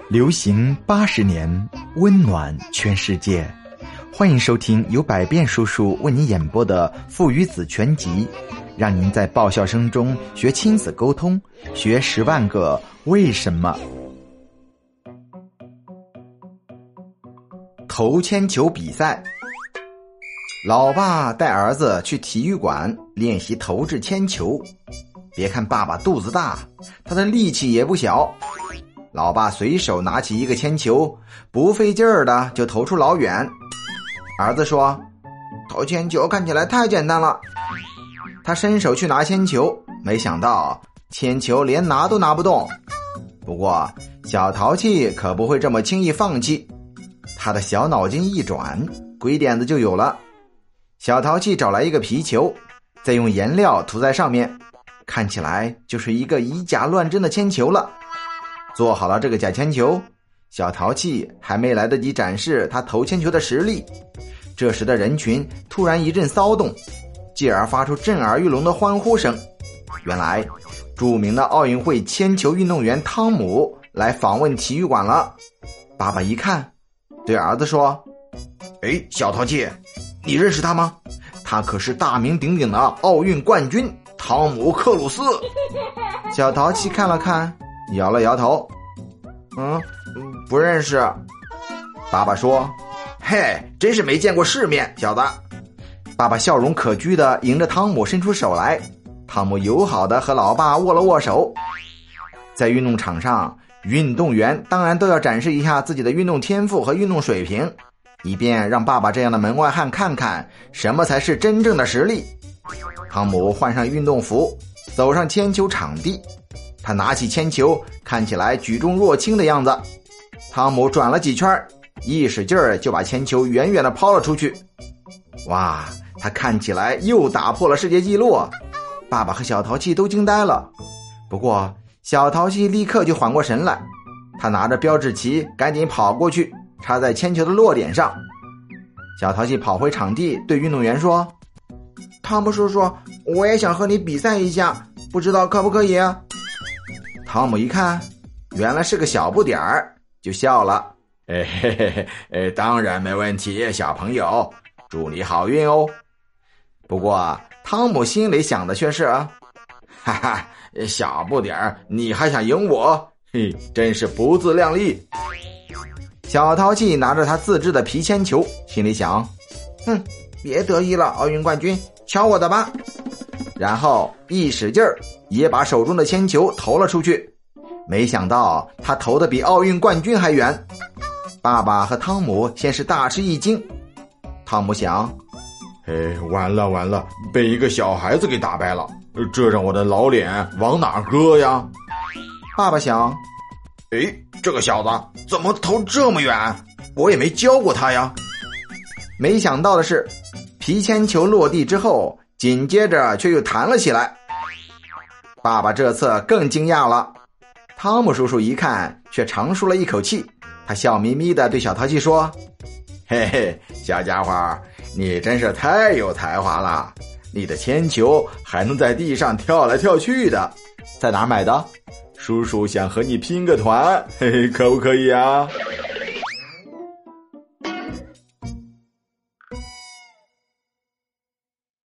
流行80年，温暖全世界。欢迎收听由百变叔叔为您演播的父与子全集，让您在爆笑声中学亲子沟通，学10万个为什么。投铅球比赛。老爸带儿子去体育馆练习投掷铅球。别看爸爸肚子大，他的力气也不小。老爸随手拿起一个铅球，不费劲儿的就投出老远。儿子说，投铅球看起来太简单了。他伸手去拿铅球，没想到铅球连拿都拿不动。不过小淘气可不会这么轻易放弃，他的小脑筋一转，鬼点子就有了。小淘气找来一个皮球，再用颜料涂在上面，看起来就是一个以假乱真的铅球了。做好了这个假铅球，小淘气还没来得及展示他投铅球的实力，这时的人群突然一阵骚动，继而发出震耳欲聋的欢呼声。原来著名的奥运会铅球运动员汤姆来访问体育馆了。爸爸一看，对儿子说，小淘气，你认识他吗？他可是大名鼎鼎的奥运冠军汤姆克鲁斯。小淘气看了看，摇了摇头，不认识。爸爸说，嘿，真是没见过世面，小子。爸爸笑容可掬地迎着汤姆伸出手来，汤姆友好地和老爸握了握手。在运动场上，运动员当然都要展示一下自己的运动天赋和运动水平，以便让爸爸这样的门外汉看看什么才是真正的实力。汤姆换上运动服，走上铅球场地，他拿起铅球，看起来举重若轻的样子。汤姆转了几圈，一使劲儿就把铅球远远地抛了出去。哇，他看起来又打破了世界纪录。爸爸和小淘气都惊呆了。不过小淘气立刻就缓过神来，他拿着标志旗赶紧跑过去，插在铅球的落点上。小淘气跑回场地，对运动员说，汤姆叔叔，我也想和你比赛一下，不知道可不可以？汤姆一看，原来是个小不点儿，就笑了。当然没问题，小朋友，祝你好运哦。不过汤姆心里想的却是，哈哈，小不点儿，你还想赢我？真是不自量力。小淘气拿着他自制的皮铅球，心里想，别得意了，奥运冠军，瞧我的吧。然后一使劲儿，也把手中的铅球投了出去。没想到他投的比奥运冠军还远。爸爸和汤姆先是大吃一惊。汤姆想，完了，被一个小孩子给打败了，这让我的老脸往哪搁呀？爸爸想，这个小子怎么投这么远？我也没教过他呀。没想到的是，皮铅球落地之后，紧接着却又弹了起来。爸爸这次更惊讶了。汤姆叔叔一看，却长舒了一口气，他笑眯眯地对小淘气说，小家伙，你真是太有才华了，你的铅球还能在地上跳来跳去的，在哪儿买的？叔叔想和你拼个团，可不可以啊？